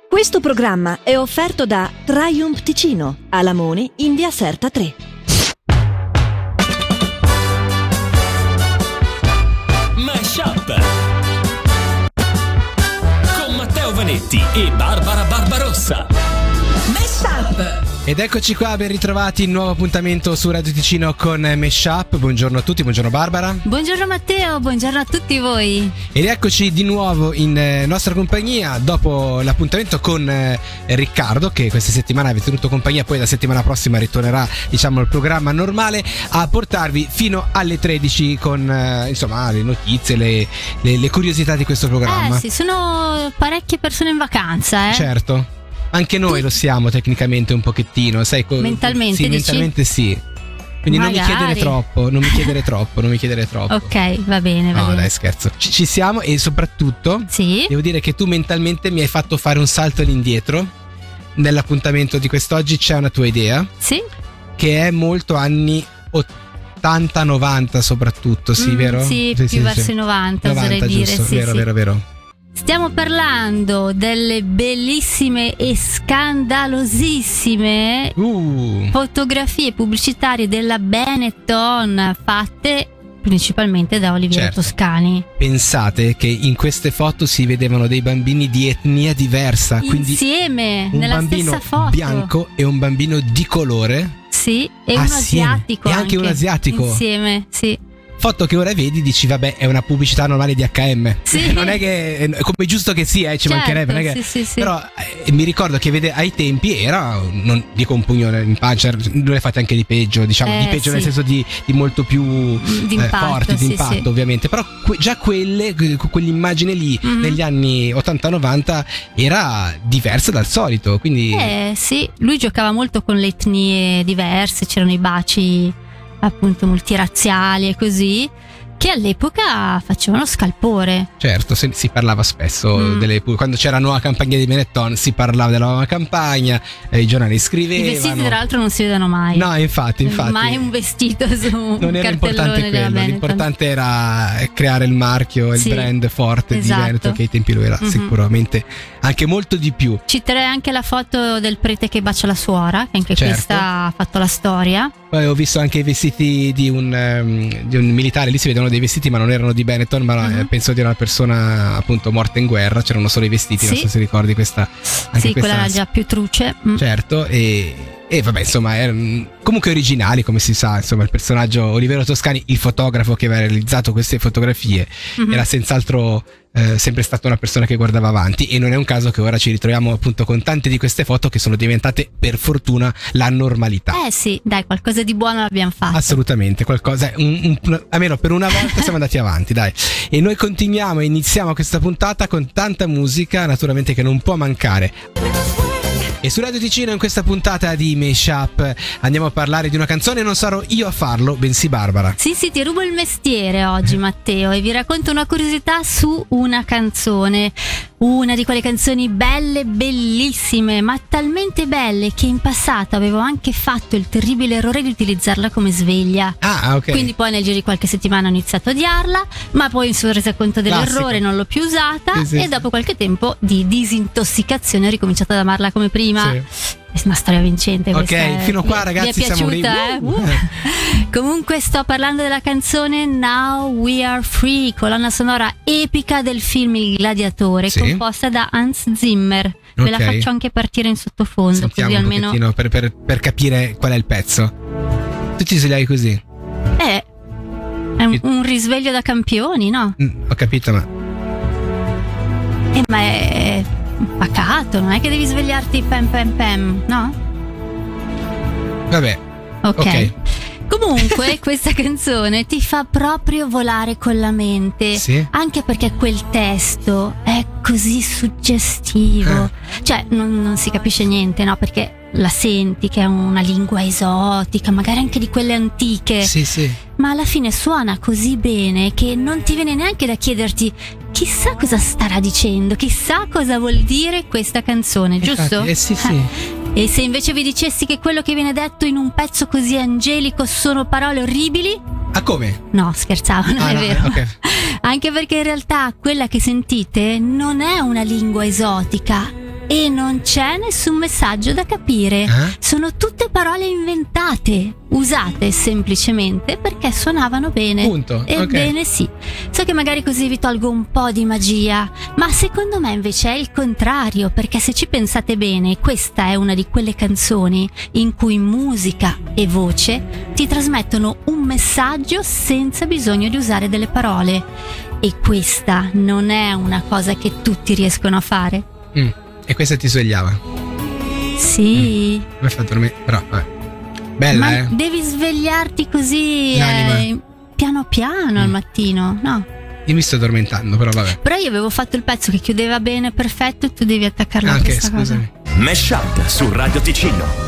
Questo programma è offerto da Triumph Ticino, a Lamone in via Serta 3. Mashup con Matteo Vanetti e Barbara Barbarossa. Mashup. Ed eccoci qua, ben ritrovati, il nuovo appuntamento su Radio Ticino con Mashup. Buongiorno a tutti, buongiorno Barbara. Buongiorno Matteo, buongiorno a tutti voi. Ed eccoci di nuovo in nostra compagnia dopo l'appuntamento con Riccardo, che questa settimana avete tenuto compagnia, poi la settimana prossima ritornerà, diciamo, il programma normale, a portarvi fino alle 13 con insomma le notizie, le curiosità di questo programma. Sì, sono parecchie persone in vacanza, Certo. Anche noi lo siamo tecnicamente un pochettino, sai? Mentalmente, sì, dici? mentalmente sì. Quindi magari. non mi chiedere troppo. Ok, va bene. No, dai, scherzo. Ci siamo, e soprattutto Sì. devo dire che tu mentalmente mi hai fatto fare un salto all'indietro. Nell'appuntamento di quest'oggi c'è una tua idea. Sì. Che è molto anni 80-90 soprattutto, sì, vero? Sì, più verso i 90, oserei dire. Giusto, Sì, vero. Stiamo parlando delle bellissime e scandalosissime fotografie pubblicitarie della Benetton, fatte principalmente da Oliviero Toscani. Pensate che in queste foto si vedevano dei bambini di etnia diversa, quindi insieme, un nella bambino stessa foto bianco e un bambino di colore. Sì, e uno assieme. asiatico. E anche un asiatico. Insieme, sì. Foto che ora vedi, dici vabbè, è una pubblicità normale di H&M. Sì. Non è che, come giusto che sia, ci mancherebbe, non è che, sì. però mi ricordo che ai tempi era, non dico un pugno in pancia, non le fate anche di peggio, diciamo, di peggio nel senso di molto più forti, di impatto, ovviamente, però già quell'immagine lì negli anni 80-90 era diversa dal solito, quindi sì, lui giocava molto con le etnie diverse, c'erano i baci appunto multirazziali e così, che all'epoca facevano scalpore. Certo, si parlava spesso quando c'era la nuova campagna di Benetton si parlava della nuova campagna, i giornali scrivevano. I vestiti tra l'altro non si vedono mai. No, infatti mai un vestito su un non era importante cartellone della quello, Benetton. l'importante era creare il marchio e il brand forte, esatto, di Veneto, che ai tempi lo era sicuramente anche molto di più. Citerei anche la foto del prete che bacia la suora, che anche questa ha fatto la storia. Poi ho visto anche i vestiti di un militare, lì si vedono dei vestiti ma non erano di Benetton, ma penso di una persona appunto morta in guerra, c'erano solo i vestiti, non so se ricordi questa. Anche quella era già più truce. Certo, e vabbè, insomma, erano comunque originali, come si sa, insomma, il personaggio Oliviero Toscani, il fotografo che aveva realizzato queste fotografie, era senz'altro sempre stata una persona che guardava avanti, e non è un caso che ora ci ritroviamo appunto con tante di queste foto che sono diventate, per fortuna, la normalità. Sì, dai, qualcosa di buono l'abbiamo fatto. Assolutamente, qualcosa, almeno per una volta siamo andati avanti, dai. E noi continuiamo e iniziamo questa puntata con tanta musica, naturalmente, che non può mancare. E su Radio Ticino, in questa puntata di Mashup, andiamo a parlare di una canzone. Non sarò io a farlo, bensì Barbara. Sì, ti rubo il mestiere oggi, Matteo, e vi racconto una curiosità su una canzone. Una di quelle canzoni belle, bellissime, ma talmente belle che in passato avevo anche fatto il terribile errore di utilizzarla come sveglia. Ok. Quindi poi nel giro di qualche settimana ho iniziato a odiarla, ma poi mi sono resa conto dell'errore, non l'ho più usata, e dopo qualche tempo di disintossicazione ho ricominciato ad amarla come prima. È una storia vincente questa. Ok, fino a qua ragazzi, mi è piaciuta, Comunque sto parlando della canzone Now We Are Free, colonna sonora epica del film Il Gladiatore, composta da Hans Zimmer. Ve la faccio anche partire in sottofondo. Sentiamo così un almeno pochettino per capire qual è il pezzo. Tu ti svegliavi così? È un risveglio da campioni, no? Ho capito, ma è pacato, non è che devi svegliarti pam, no? Vabbè. Ok. Comunque questa canzone ti fa proprio volare con la mente, anche perché quel testo è così suggestivo. Cioè non si capisce niente, no? Perché la senti che è una lingua esotica, magari anche di quelle antiche. Ma alla fine suona così bene che non ti viene neanche da chiederti chissà cosa starà dicendo, chissà cosa vuol dire questa canzone, giusto? E se invece vi dicessi che quello che viene detto in un pezzo così angelico sono parole orribili? Ah, come? No, scherzavo, non è vero. Okay. Anche perché in realtà quella che sentite non è una lingua esotica, e non c'è nessun messaggio da capire. Sono tutte parole inventate, usate semplicemente perché suonavano bene. Punto. Ebbene sì. So che magari così vi tolgo un po' di magia, ma secondo me invece è il contrario, perché se ci pensate bene, questa è una di quelle canzoni in cui musica e voce ti trasmettono un messaggio senza bisogno di usare delle parole. E questa non è una cosa che tutti riescono a fare. E questa ti svegliava? Sì. Mi ha fatto dormire, però vabbè. Bella, ma devi svegliarti così piano piano al mattino, no? Io mi sto addormentando, però vabbè. Però io avevo fatto il pezzo che chiudeva bene, perfetto, e tu devi attaccarlo a questa scusami. Mashup su Radio Ticino.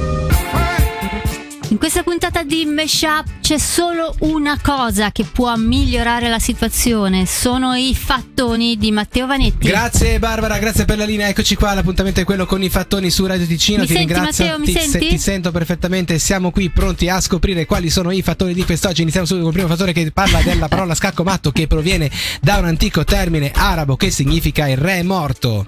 In questa puntata di Mashup c'è solo una cosa che può migliorare la situazione, sono i fattoni di Matteo Vanetti. Grazie Barbara, grazie per la linea, eccoci qua, l'appuntamento è quello con i fattoni su Radio Ticino. Ti ringrazio, Matteo, mi senti? Ti sento perfettamente, siamo qui pronti a scoprire quali sono i fattoni di quest'oggi. Iniziamo subito col primo fattore che parla della parola scaccomatto, che proviene da un antico termine arabo che significa il re morto.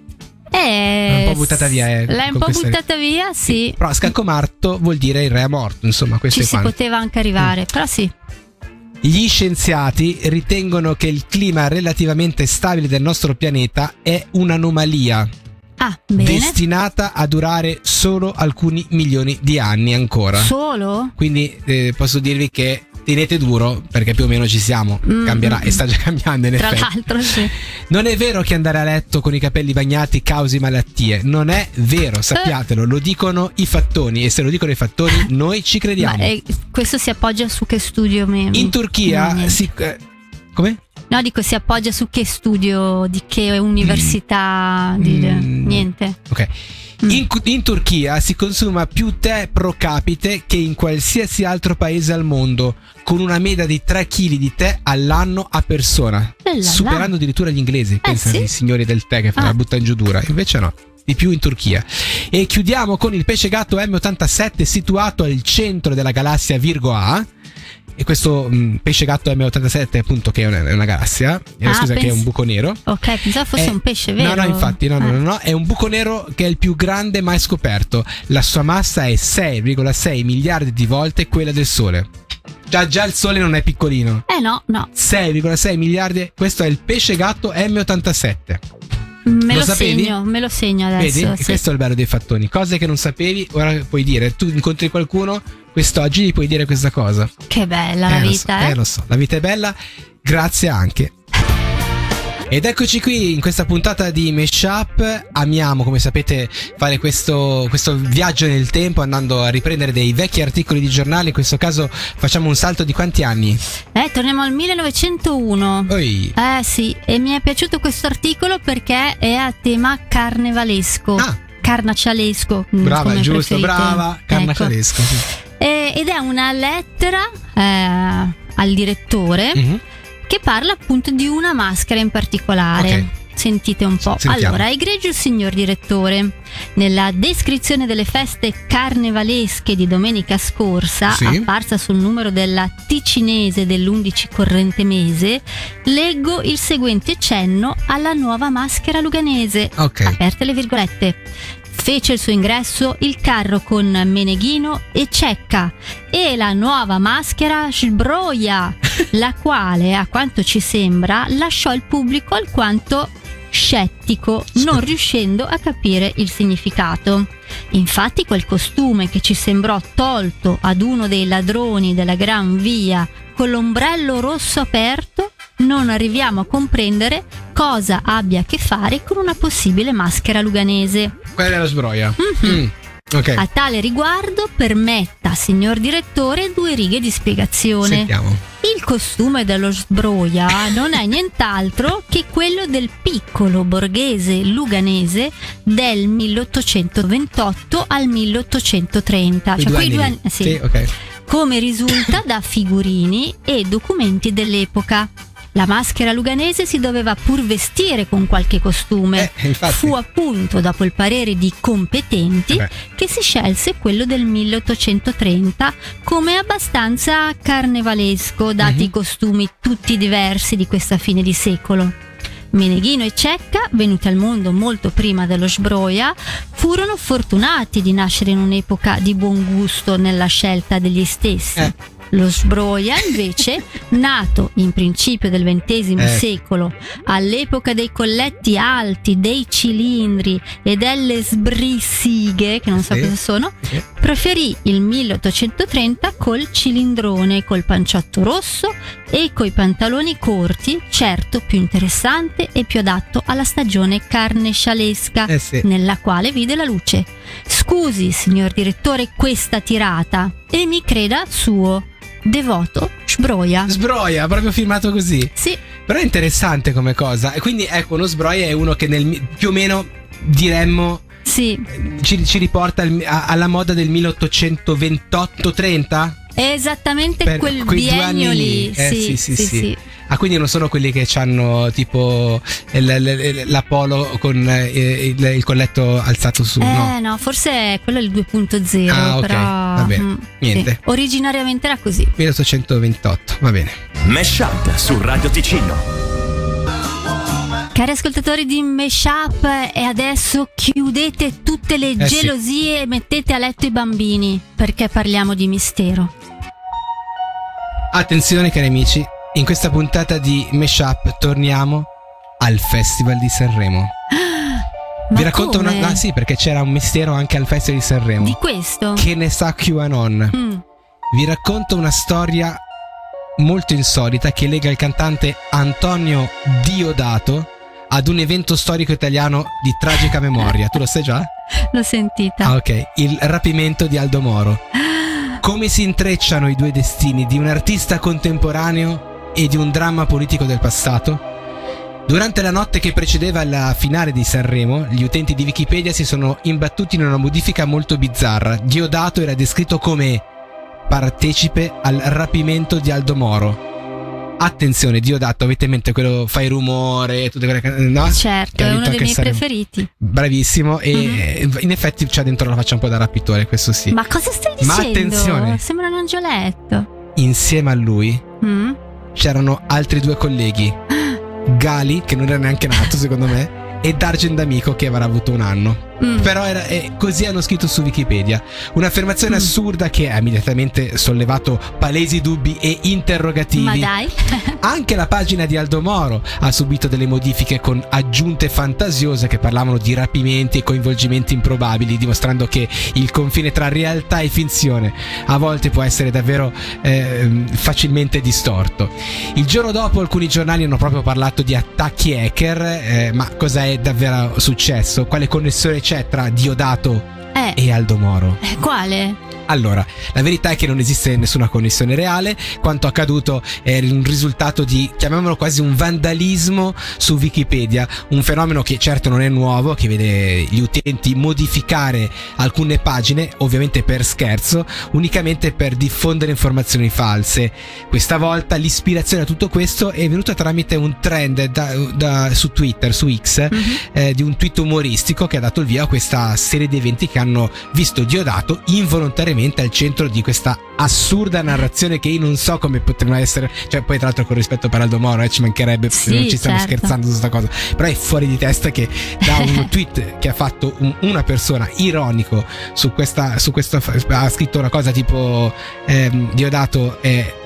Un po' buttata via, l'hai un po' buttata via, sì. Però scaccomatto vuol dire il re morto, insomma, questo ci è si poteva anche arrivare, però sì. Gli scienziati ritengono che il clima relativamente stabile del nostro pianeta è un'anomalia destinata a durare solo alcuni milioni di anni ancora. Solo? Quindi posso dirvi che tenete duro, perché più o meno ci siamo. Cambierà e sta già cambiando in effetti. Tra l'altro sì. Non è vero che andare a letto con i capelli bagnati causi malattie. Non è vero, sappiatelo. Lo dicono i fattoni, e se lo dicono i fattoni noi ci crediamo. Ma questo si appoggia su che studio? In Turchia come? No, dico, si appoggia su che studio, di che università? Niente. Ok. In Turchia si consuma più tè pro capite che in qualsiasi altro paese al mondo, con una media di 3 kg di tè all'anno a persona, superando addirittura gli inglesi. Pensa ai signori del tè che fanno la buttano giù dura. Invece no, di più in Turchia. E chiudiamo con il pesce gatto M87, situato al centro della galassia Virgo A. E questo pesce gatto M87, appunto, che è una galassia, scusa, che è un buco nero. Ok, pensavo fosse un pesce vero. No, infatti, no, è un buco nero che è il più grande mai scoperto. La sua massa è 6,6 miliardi di volte quella del Sole. Già il Sole non è piccolino. No. 6,6 miliardi. Questo è il pesce gatto M87. Me lo segno adesso. Vedi? Sì. Questo è il bello dei fattoni. Cose che non sapevi, ora puoi dire. Tu incontri qualcuno, quest'oggi gli puoi dire questa cosa. Che bella la vita, Lo so, la vita è bella. Grazie anche. Ed eccoci qui in questa puntata di Mashup. Amiamo, come sapete, fare questo viaggio nel tempo, andando a riprendere dei vecchi articoli di giornale. In questo caso facciamo un salto di quanti anni? Torniamo al 1901. Sì, e mi è piaciuto questo articolo perché è a tema carnevalesco. Carnacialesco. Brava, giusto, preferite. Brava, carnacialesco. Ed è una lettera al direttore che parla appunto di una maschera in particolare. Sentite un po'. Sentiamo. Allora, egregio signor direttore, nella descrizione delle feste carnevalesche di domenica scorsa, apparsa sul numero della Ticinese dell'11 corrente mese, leggo il seguente cenno alla nuova maschera luganese. Aperte le virgolette. Fece il suo ingresso il carro con Meneghino e Cecca e la nuova maschera Sbroia, la quale, a quanto ci sembra, lasciò il pubblico alquanto scettico, non riuscendo a capire il significato. Infatti quel costume che ci sembrò tolto ad uno dei ladroni della Gran Via con l'ombrello rosso aperto, non arriviamo a comprendere cosa abbia a che fare con una possibile maschera luganese. Quella della Sbroia. A tale riguardo permetta, signor direttore, 2 righe di spiegazione. Sentiamo. Il costume dello Sbroia non è nient'altro che quello del piccolo borghese luganese del 1828 al 1830, cioè quei 2 anni. Come risulta da figurini e documenti dell'epoca. La maschera luganese si doveva pur vestire con qualche costume. Fu appunto dopo il parere di competenti che si scelse quello del 1830 come abbastanza carnevalesco, dati i costumi tutti diversi di questa fine di secolo. Meneghino e Cecca, venuti al mondo molto prima dello Sbroia, furono fortunati di nascere in un'epoca di buon gusto nella scelta degli stessi. Lo Sbroia, invece, nato in principio del XX secolo, all'epoca dei colletti alti, dei cilindri e delle sbrissighe, che non so cosa sono, preferì il 1830 col cilindrone, col panciotto rosso e coi pantaloni corti, certo più interessante e più adatto alla stagione carnescialesca, nella quale vide la luce. Scusi, signor direttore, questa tirata, e mi creda suo. Devoto Sbroia, proprio firmato così. Sì. Però è interessante come cosa. E quindi ecco, uno Sbroia è uno che più o meno diremmo ci riporta alla moda del 1828-30. Esattamente quel biennio lì. Sì. Ah, quindi non sono quelli che hanno tipo la polo con il colletto alzato su? No, forse quello è il 2.0. Ah, ok, però, va bene. Niente. Sì. Originariamente era così. 1828, va bene. Mashup su Radio Ticino. Cari ascoltatori di Mashup, e adesso chiudete tutte le gelosie e mettete a letto i bambini, perché parliamo di mistero. Attenzione cari amici, in questa puntata di Mashup torniamo al Festival di Sanremo. Vi racconto una... sì, perché c'era un mistero anche al Festival di Sanremo. Di questo? Che ne sa QAnon. Vi racconto una storia molto insolita che lega il cantante Antonio Diodato ad un evento storico italiano di tragica memoria. Tu lo sai già? L'ho sentita. Ah, ok. Il rapimento di Aldo Moro. Come si intrecciano i due destini di un artista contemporaneo e di un dramma politico del passato? Durante la notte che precedeva la finale di Sanremo, gli utenti di Wikipedia si sono imbattuti in una modifica molto bizzarra. Diodato era descritto come partecipe al rapimento di Aldo Moro. Attenzione, Diodato, avete in mente quello Fai Rumore, tutte quelle no? Certo, è uno dei miei preferiti. Bravissimo, e in effetti c'ha dentro la faccia un po' da rapitore, questo sì. Ma cosa stai dicendo? Ma attenzione, sembra un angioletto. Insieme a lui c'erano altri due colleghi, Gali, che non era neanche nato secondo me, e Dargen D'Amico, che avrà avuto 1 anno. Però così hanno scritto su Wikipedia. Un'affermazione assurda che ha immediatamente sollevato palesi dubbi e interrogativi. Ma dai. Anche la pagina di Aldo Moro ha subito delle modifiche con aggiunte fantasiose che parlavano di rapimenti e coinvolgimenti improbabili, dimostrando che il confine tra realtà e finzione a volte può essere davvero facilmente distorto. Il giorno dopo alcuni giornali hanno proprio parlato di attacchi hacker, ma cosa è davvero successo? Quale connessione c'è tra Diodato e Aldo Moro? Quale? Allora, la verità è che non esiste nessuna connessione reale. Quanto accaduto è un risultato di, chiamiamolo quasi un vandalismo su Wikipedia, un fenomeno che certo non è nuovo, che vede gli utenti modificare alcune pagine, ovviamente per scherzo, unicamente per diffondere informazioni false. Questa volta l'ispirazione a tutto questo è venuta tramite un trend su Twitter, su X, di un tweet umoristico che ha dato il via a questa serie di eventi che hanno visto Diodato involontariamente al centro di questa assurda narrazione che io non so come poteva essere, cioè poi tra l'altro con rispetto per Aldo Moro ci mancherebbe, sì, non ci stiamo scherzando su questa cosa, però è fuori di testa che da un tweet che ha fatto una persona ironico su questo ha scritto una cosa tipo Diodato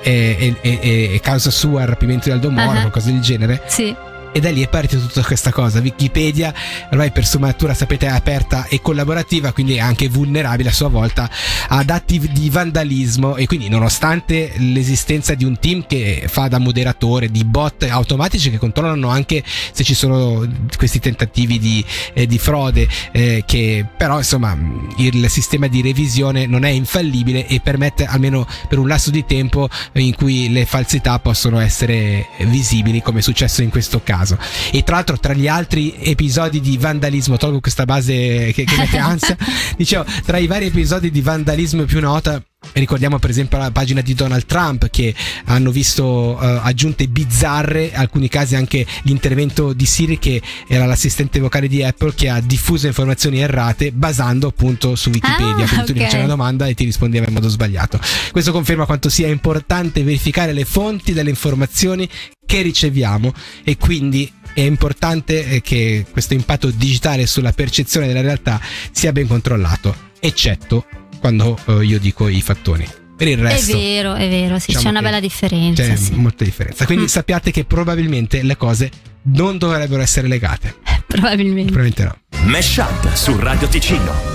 è causa sua il rapimento di Aldo Moro, qualcosa del genere. Sì. E da lì è partita tutta questa cosa. Wikipedia ormai per sfumatura, sapete, è aperta e collaborativa, quindi è anche vulnerabile a sua volta ad atti di vandalismo, e quindi nonostante l'esistenza di un team che fa da moderatore, di bot automatici che controllano anche se ci sono questi tentativi di frode, che però insomma il sistema di revisione non è infallibile e permette almeno per un lasso di tempo in cui le falsità possono essere visibili, come è successo in questo caso. E tra l'altro, tra gli altri episodi di vandalismo, tolgo questa base che mette ansia, dicevo, tra i vari episodi di vandalismo più nota Ricordiamo per esempio la pagina di Donald Trump, che hanno visto aggiunte bizzarre, in alcuni casi anche l'intervento di Siri, che era l'assistente vocale di Apple, che ha diffuso informazioni errate basando appunto su Wikipedia. Quindi tu gli facevi una domanda e ti rispondeva in modo sbagliato. Questo conferma quanto sia importante verificare le fonti delle informazioni che riceviamo, e quindi è importante che questo impatto digitale sulla percezione della realtà sia ben controllato, eccetto quando io dico i fattoni. Per il resto è vero, sì, diciamo c'è una bella differenza. C'è sì. molta differenza. Quindi sappiate che probabilmente le cose non dovrebbero essere legate. Probabilmente no. Mesh Up su Radio Ticino.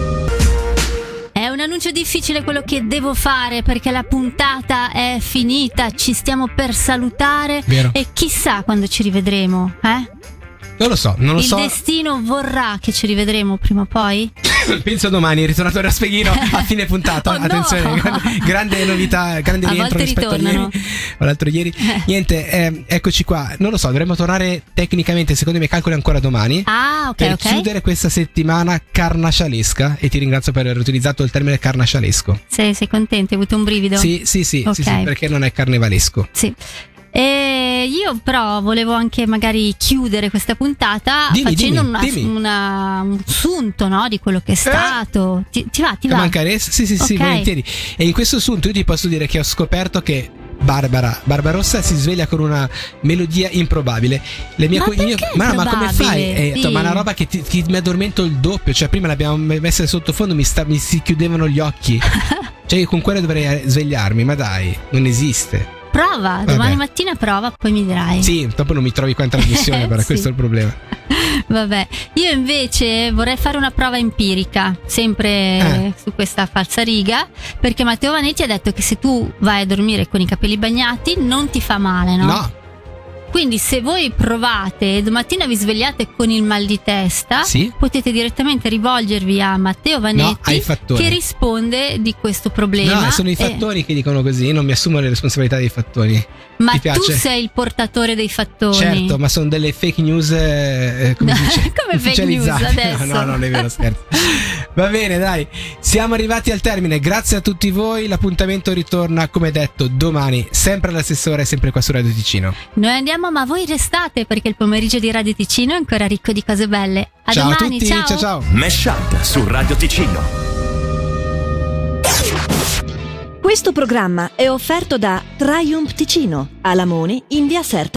È un annuncio difficile quello che devo fare, perché la puntata è finita, ci stiamo per salutare. Vero. E chissà quando ci rivedremo, Non lo so. Il destino vorrà che ci rivedremo prima o poi? Penso domani, ritornato a Speghino a fine puntata. Attenzione, grande novità, grande rientro rispetto a ieri, all'altro ieri. Niente, eccoci qua. Non lo so, dovremmo tornare tecnicamente, secondo i miei calcoli, ancora domani. Per chiudere questa settimana carnascialesca. E ti ringrazio per aver utilizzato il termine carnascialesco. Sei contento? Hai avuto un brivido? Sì, perché non è carnevalesco. Sì. E io però volevo anche magari chiudere questa puntata facendo un sunto, no, di quello che è stato. Ti va? Mancare? Sì, volentieri. E in questo sunto io ti posso dire che ho scoperto che Barbarossa si sveglia con una melodia improbabile. Ma come fai? Ma è una roba che mi addormento il doppio. Cioè, prima l'abbiamo messa sottofondo, mi si chiudevano gli occhi. Cioè, io con quella dovrei svegliarmi, ma dai, non esiste. Prova, domani mattina prova, poi mi dirai. Sì, dopo non mi trovi qua in trasmissione, però questo è il problema. Vabbè, io invece vorrei fare una prova empirica, sempre su questa falsariga, perché Matteo Vanetti ha detto che se tu vai a dormire con i capelli bagnati non ti fa male, no? No. Quindi se voi provate e domattina vi svegliate con il mal di testa, potete direttamente rivolgervi a Matteo Vanetti, che risponde di questo problema. No, sono i fattori che dicono così, non mi assumo le responsabilità dei fattori. Ma tu sei il portatore dei fattoni. Certo, ma sono delle fake news, come si dice? Come fake news adesso? No, non è vero, scherzo. Va bene, dai, siamo arrivati al termine. Grazie a tutti voi. L'appuntamento ritorna, come detto, domani, sempre alla stessa ora e sempre qua su Radio Ticino. Noi andiamo, ma voi restate, perché il pomeriggio di Radio Ticino è ancora ricco di cose belle. Ciao domani, a tutti, ciao. Mesh Up su Radio Ticino. Questo programma è offerto da Triumph Ticino, a Lamoni, in via Serta